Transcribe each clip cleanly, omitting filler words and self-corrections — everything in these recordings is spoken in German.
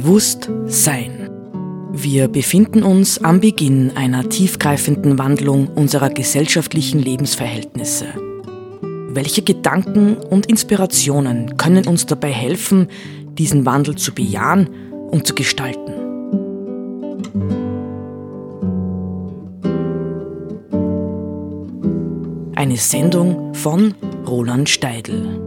Bewusstsein. Wir befinden uns am Beginn einer tiefgreifenden Wandlung unserer gesellschaftlichen Lebensverhältnisse. Welche Gedanken und Inspirationen können uns dabei helfen, diesen Wandel zu bejahen und zu gestalten? Eine Sendung von Roland Steidl.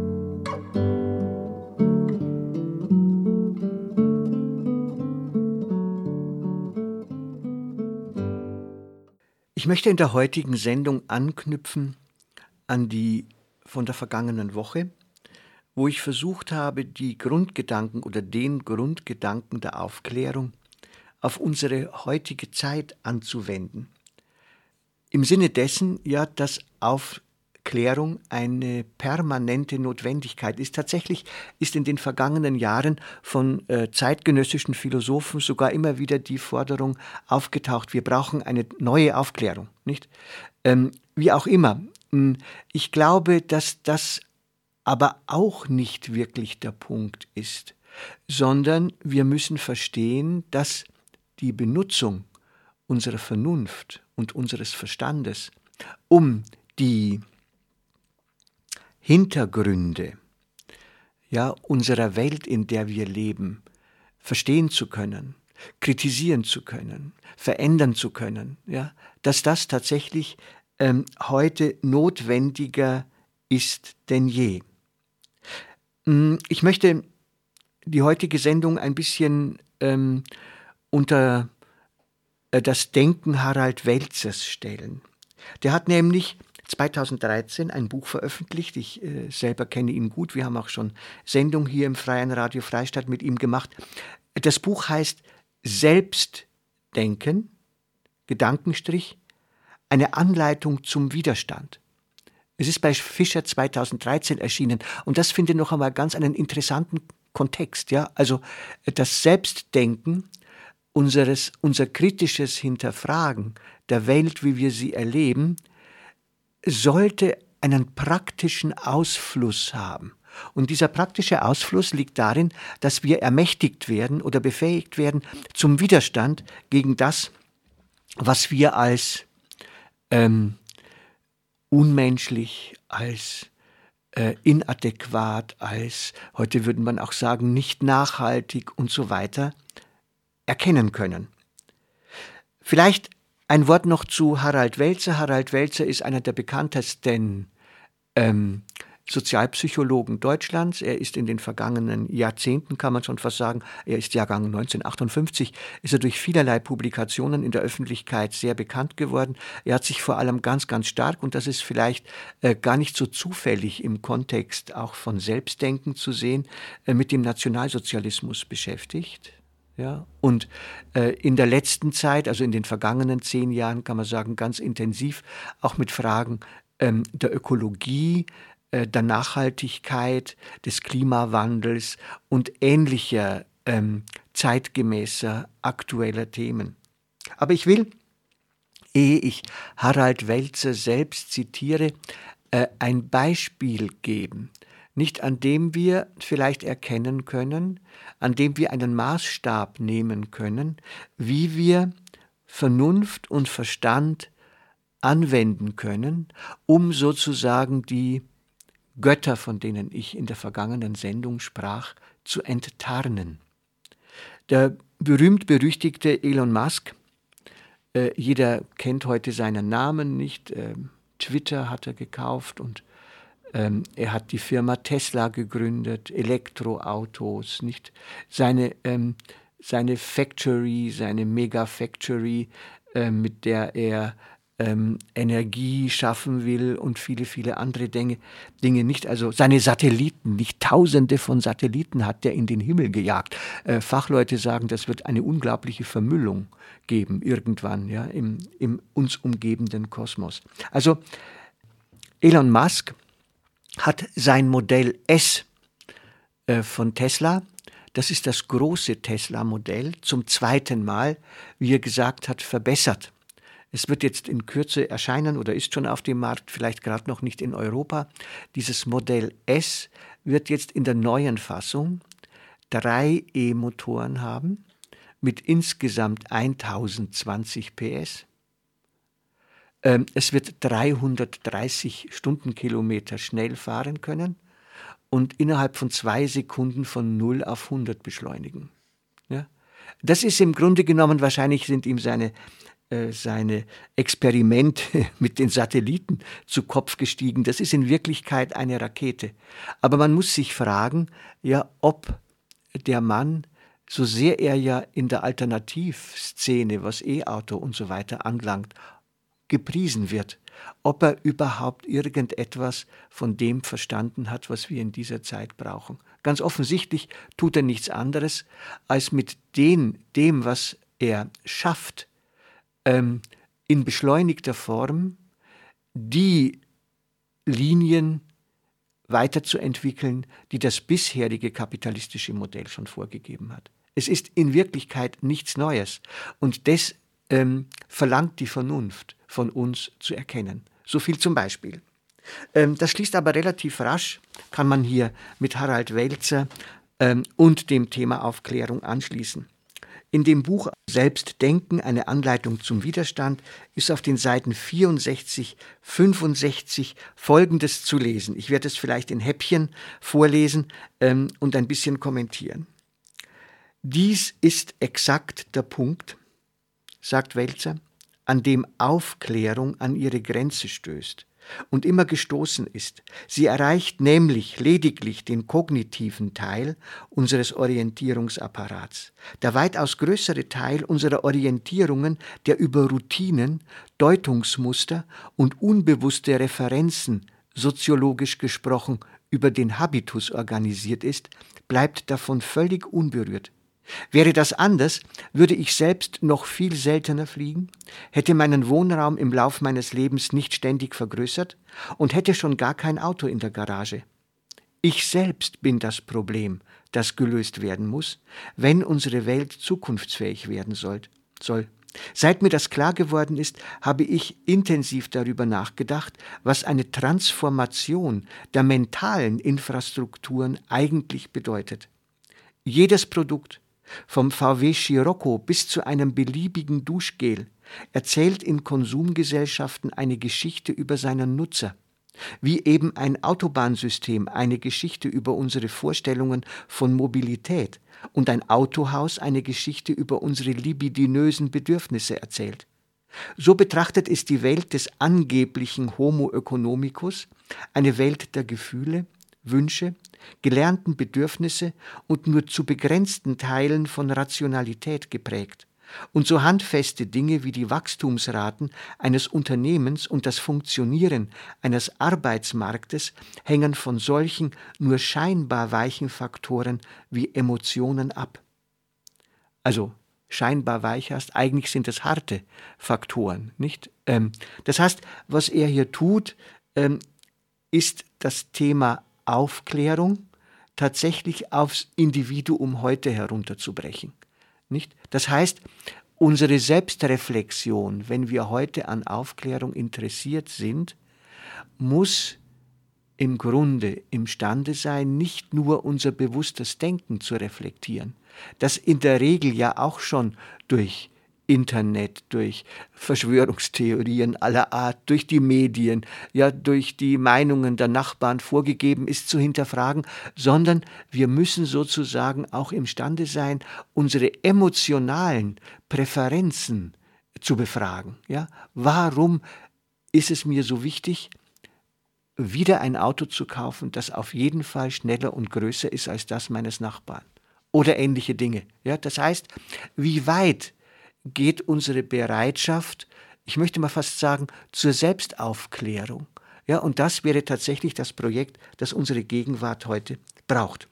Ich möchte in der heutigen Sendung anknüpfen an die von der vergangenen Woche, wo ich versucht habe, die Grundgedanken oder den Grundgedanken der Aufklärung auf unsere heutige Zeit anzuwenden. Im Sinne dessen, ja, dass Aufklärung eine permanente Notwendigkeit ist. Tatsächlich ist in den vergangenen Jahren von zeitgenössischen Philosophen sogar immer wieder die Forderung aufgetaucht, wir brauchen eine neue Aufklärung, nicht? Wie auch immer. Ich glaube, dass das aber auch nicht wirklich der Punkt ist, sondern wir müssen verstehen, dass die Benutzung unserer Vernunft und unseres Verstandes, um die Hintergründe, ja, unserer Welt, in der wir leben, verstehen zu können, kritisieren zu können, verändern zu können, ja, dass das tatsächlich heute notwendiger ist denn je. Ich möchte die heutige Sendung ein bisschen unter das Denken Harald Welzers stellen. Der hat nämlich 2013 ein Buch veröffentlicht. Ich selber kenne ihn gut. Wir haben auch schon Sendung hier im Freien Radio Freistadt mit ihm gemacht. Das Buch heißt Selbstdenken, Gedankenstrich, eine Anleitung zum Widerstand. Es ist bei Fischer 2013 erschienen und das finde ich noch einmal ganz einen interessanten Kontext. Ja? Also das Selbstdenken, unser kritisches Hinterfragen der Welt, wie wir sie erleben, sollte einen praktischen Ausfluss haben. Und dieser praktische Ausfluss liegt darin, dass wir ermächtigt werden oder befähigt werden zum Widerstand gegen das, was wir als unmenschlich, als inadäquat, als, heute würde man auch sagen, nicht nachhaltig und so weiter erkennen können. Vielleicht ein Wort noch zu Harald Welzer. Harald Welzer ist einer der bekanntesten Sozialpsychologen Deutschlands. Er ist in den vergangenen Jahrzehnten, kann man schon fast sagen, er ist Jahrgang 1958, ist er durch vielerlei Publikationen in der Öffentlichkeit sehr bekannt geworden. Er hat sich vor allem ganz, ganz stark, und das ist vielleicht gar nicht so zufällig im Kontext auch von Selbstdenken zu sehen, mit dem Nationalsozialismus beschäftigt. Ja, und in der letzten Zeit, also in den vergangenen 10 Jahren, kann man sagen, ganz intensiv auch mit Fragen der Ökologie, der Nachhaltigkeit, des Klimawandels und ähnlicher zeitgemäßer aktueller Themen. Aber ich will, ehe ich Harald Welzer selbst zitiere, ein Beispiel geben, nicht an dem wir vielleicht erkennen können, an dem wir einen Maßstab nehmen können, wie wir Vernunft und Verstand anwenden können, um sozusagen die Götter, von denen ich in der vergangenen Sendung sprach, zu enttarnen. Der berühmt-berüchtigte Elon Musk, jeder kennt heute seinen Namen nicht, Twitter hat er gekauft und er hat die Firma Tesla gegründet, Elektroautos, nicht? Seine Factory, seine Mega-Factory, mit der er Energie schaffen will und viele, viele andere Dinge nicht. Also seine Satelliten, nicht Tausende von Satelliten hat er in den Himmel gejagt. Fachleute sagen, das wird eine unglaubliche Vermüllung geben irgendwann, ja, im uns umgebenden Kosmos. Also Elon Musk hat sein Modell S von Tesla, das ist das große Tesla-Modell, zum 2. Mal, wie er gesagt hat, verbessert. Es wird jetzt in Kürze erscheinen oder ist schon auf dem Markt, vielleicht gerade noch nicht in Europa. Dieses Modell S wird jetzt in der neuen Fassung 3 E-Motoren haben mit insgesamt 1020 PS. Es wird 330 Stundenkilometer schnell fahren können und innerhalb von 2 Sekunden von 0 auf 100 beschleunigen. Ja? Das ist im Grunde genommen, wahrscheinlich sind ihm seine Experimente mit den Satelliten zu Kopf gestiegen. Das ist in Wirklichkeit eine Rakete. Aber man muss sich fragen, ja, ob der Mann, so sehr er ja in der Alternativszene, was E-Auto und so weiter anlangt, gepriesen wird, ob er überhaupt irgendetwas von dem verstanden hat, was wir in dieser Zeit brauchen. Ganz offensichtlich tut er nichts anderes, als mit dem, was er schafft, in beschleunigter Form die Linien weiterzuentwickeln, die das bisherige kapitalistische Modell schon vorgegeben hat. Es ist in Wirklichkeit nichts Neues und das verlangt die Vernunft von uns zu erkennen. So viel zum Beispiel. Das schließt aber relativ rasch, kann man hier mit Harald Welzer und dem Thema Aufklärung anschließen. In dem Buch Selbstdenken, eine Anleitung zum Widerstand, ist auf den Seiten 64, 65 Folgendes zu lesen. Ich werde es vielleicht in Häppchen vorlesen und ein bisschen kommentieren. Dies ist exakt der Punkt, sagt Welzer, an dem Aufklärung an ihre Grenze stößt und immer gestoßen ist. Sie erreicht nämlich lediglich den kognitiven Teil unseres Orientierungsapparats. Der weitaus größere Teil unserer Orientierungen, der über Routinen, Deutungsmuster und unbewusste Referenzen, soziologisch gesprochen, über den Habitus organisiert ist, bleibt davon völlig unberührt. Wäre das anders, würde ich selbst noch viel seltener fliegen, hätte meinen Wohnraum im Lauf meines Lebens nicht ständig vergrößert und hätte schon gar kein Auto in der Garage. Ich selbst bin das Problem, das gelöst werden muss, wenn unsere Welt zukunftsfähig werden soll. Seit mir das klar geworden ist, habe ich intensiv darüber nachgedacht, was eine Transformation der mentalen Infrastrukturen eigentlich bedeutet. Jedes Produkt, vom VW Scirocco bis zu einem beliebigen Duschgel, erzählt in Konsumgesellschaften eine Geschichte über seinen Nutzer, wie eben ein Autobahnsystem eine Geschichte über unsere Vorstellungen von Mobilität und ein Autohaus eine Geschichte über unsere libidinösen Bedürfnisse erzählt. So betrachtet ist die Welt des angeblichen Homo economicus eine Welt der Gefühle, Wünsche, gelernten Bedürfnisse und nur zu begrenzten Teilen von Rationalität geprägt. Und so handfeste Dinge wie die Wachstumsraten eines Unternehmens und das Funktionieren eines Arbeitsmarktes hängen von solchen nur scheinbar weichen Faktoren wie Emotionen ab. Also scheinbar weich heißt, eigentlich sind es harte Faktoren, nicht? Das heißt, was er hier tut, ist das Thema Aufklärung tatsächlich aufs Individuum heute herunterzubrechen. Nicht? Das heißt, unsere Selbstreflexion, wenn wir heute an Aufklärung interessiert sind, muss im Grunde imstande sein, nicht nur unser bewusstes Denken zu reflektieren, das in der Regel ja auch schon durch Internet, durch Verschwörungstheorien aller Art, durch die Medien, ja durch die Meinungen der Nachbarn vorgegeben ist, zu hinterfragen, sondern wir müssen sozusagen auch imstande sein, unsere emotionalen Präferenzen zu befragen. Ja? Warum ist es mir so wichtig, wieder ein Auto zu kaufen, das auf jeden Fall schneller und größer ist als das meines Nachbarn? Oder ähnliche Dinge. Ja? Das heißt, wie weit geht unsere Bereitschaft, ich möchte mal fast sagen, zur Selbstaufklärung. Ja, und das wäre tatsächlich das Projekt, das unsere Gegenwart heute braucht.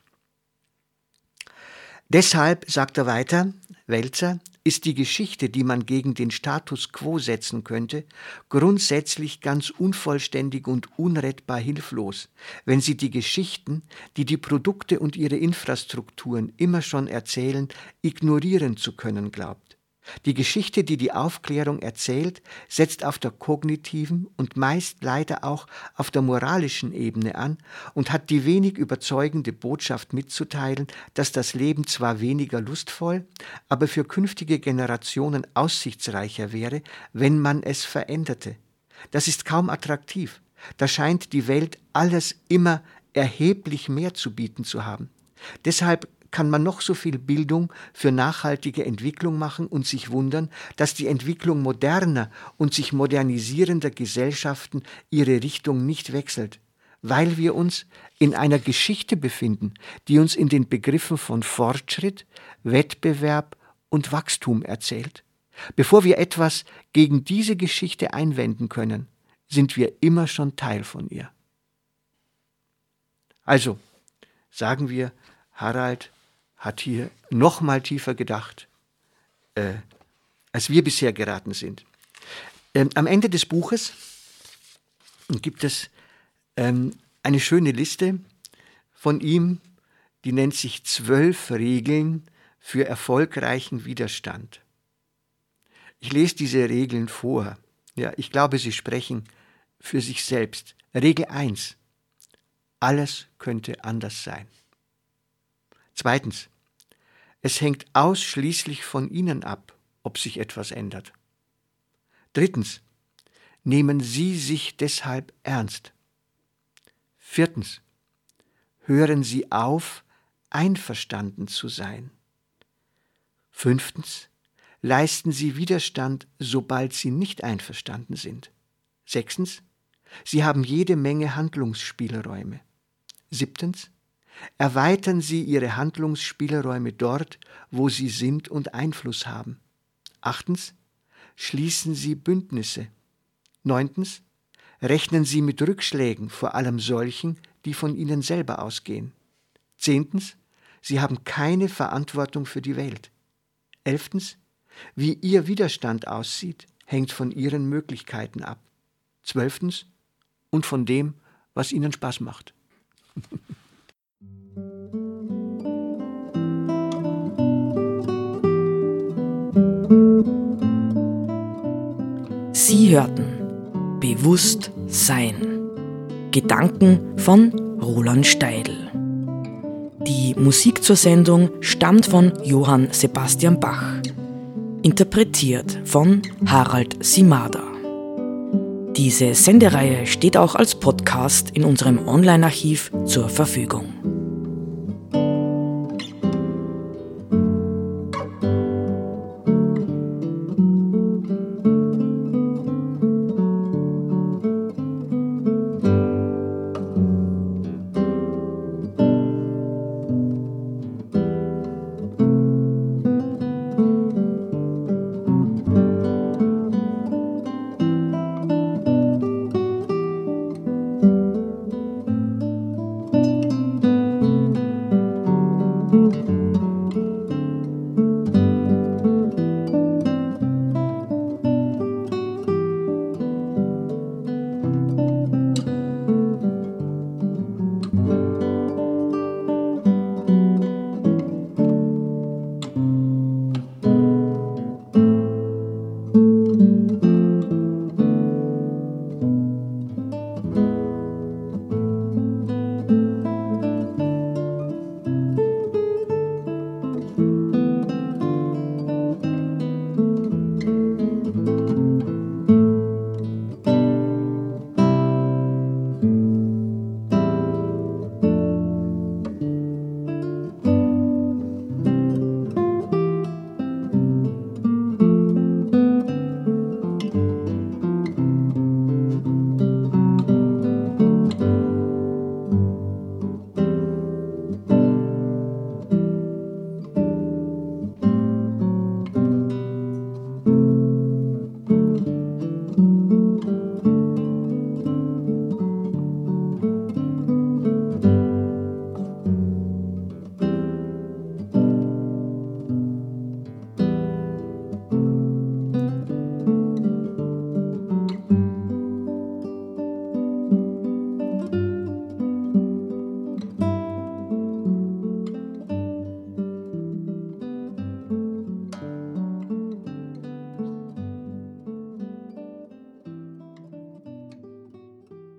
Deshalb, sagt er weiter, Welzer, ist die Geschichte, die man gegen den Status quo setzen könnte, grundsätzlich ganz unvollständig und unrettbar hilflos, wenn sie die Geschichten, die die Produkte und ihre Infrastrukturen immer schon erzählen, ignorieren zu können glaubt. Die Geschichte, die die Aufklärung erzählt, setzt auf der kognitiven und meist leider auch auf der moralischen Ebene an und hat die wenig überzeugende Botschaft mitzuteilen, dass das Leben zwar weniger lustvoll, aber für künftige Generationen aussichtsreicher wäre, wenn man es veränderte. Das ist kaum attraktiv. Da scheint die Welt alles immer erheblich mehr zu bieten zu haben. Deshalb kann man noch so viel Bildung für nachhaltige Entwicklung machen und sich wundern, dass die Entwicklung moderner und sich modernisierender Gesellschaften ihre Richtung nicht wechselt, weil wir uns in einer Geschichte befinden, die uns in den Begriffen von Fortschritt, Wettbewerb und Wachstum erzählt. Bevor wir etwas gegen diese Geschichte einwenden können, sind wir immer schon Teil von ihr. Also, sagen wir, Harald hat hier noch mal tiefer gedacht, als wir bisher geraten sind. Am Ende des Buches gibt es eine schöne Liste von ihm, die nennt sich 12 Regeln für erfolgreichen Widerstand. Ich lese diese Regeln vor. Ja, ich glaube, sie sprechen für sich selbst. Regel 1. Alles könnte anders sein. 2. Es hängt ausschließlich von Ihnen ab, ob sich etwas ändert. 3. Nehmen Sie sich deshalb ernst. 4. Hören Sie auf, einverstanden zu sein. 5. Leisten Sie Widerstand, sobald Sie nicht einverstanden sind. 6. Sie haben jede Menge Handlungsspielräume. 7. Erweitern Sie Ihre Handlungsspielräume dort, wo Sie sind und Einfluss haben. 8. Schließen Sie Bündnisse. 9. Rechnen Sie mit Rückschlägen, vor allem solchen, die von Ihnen selber ausgehen. 10. Sie haben keine Verantwortung für die Welt. 11. Wie Ihr Widerstand aussieht, hängt von Ihren Möglichkeiten ab. 12. Und von dem, was Ihnen Spaß macht. Sie hörten Bewusst Sein. Gedanken von Roland Steidl. Die Musik zur Sendung stammt von Johann Sebastian Bach. Interpretiert von Harald Simada. Diese Sendereihe steht auch als Podcast in unserem Online-Archiv zur Verfügung.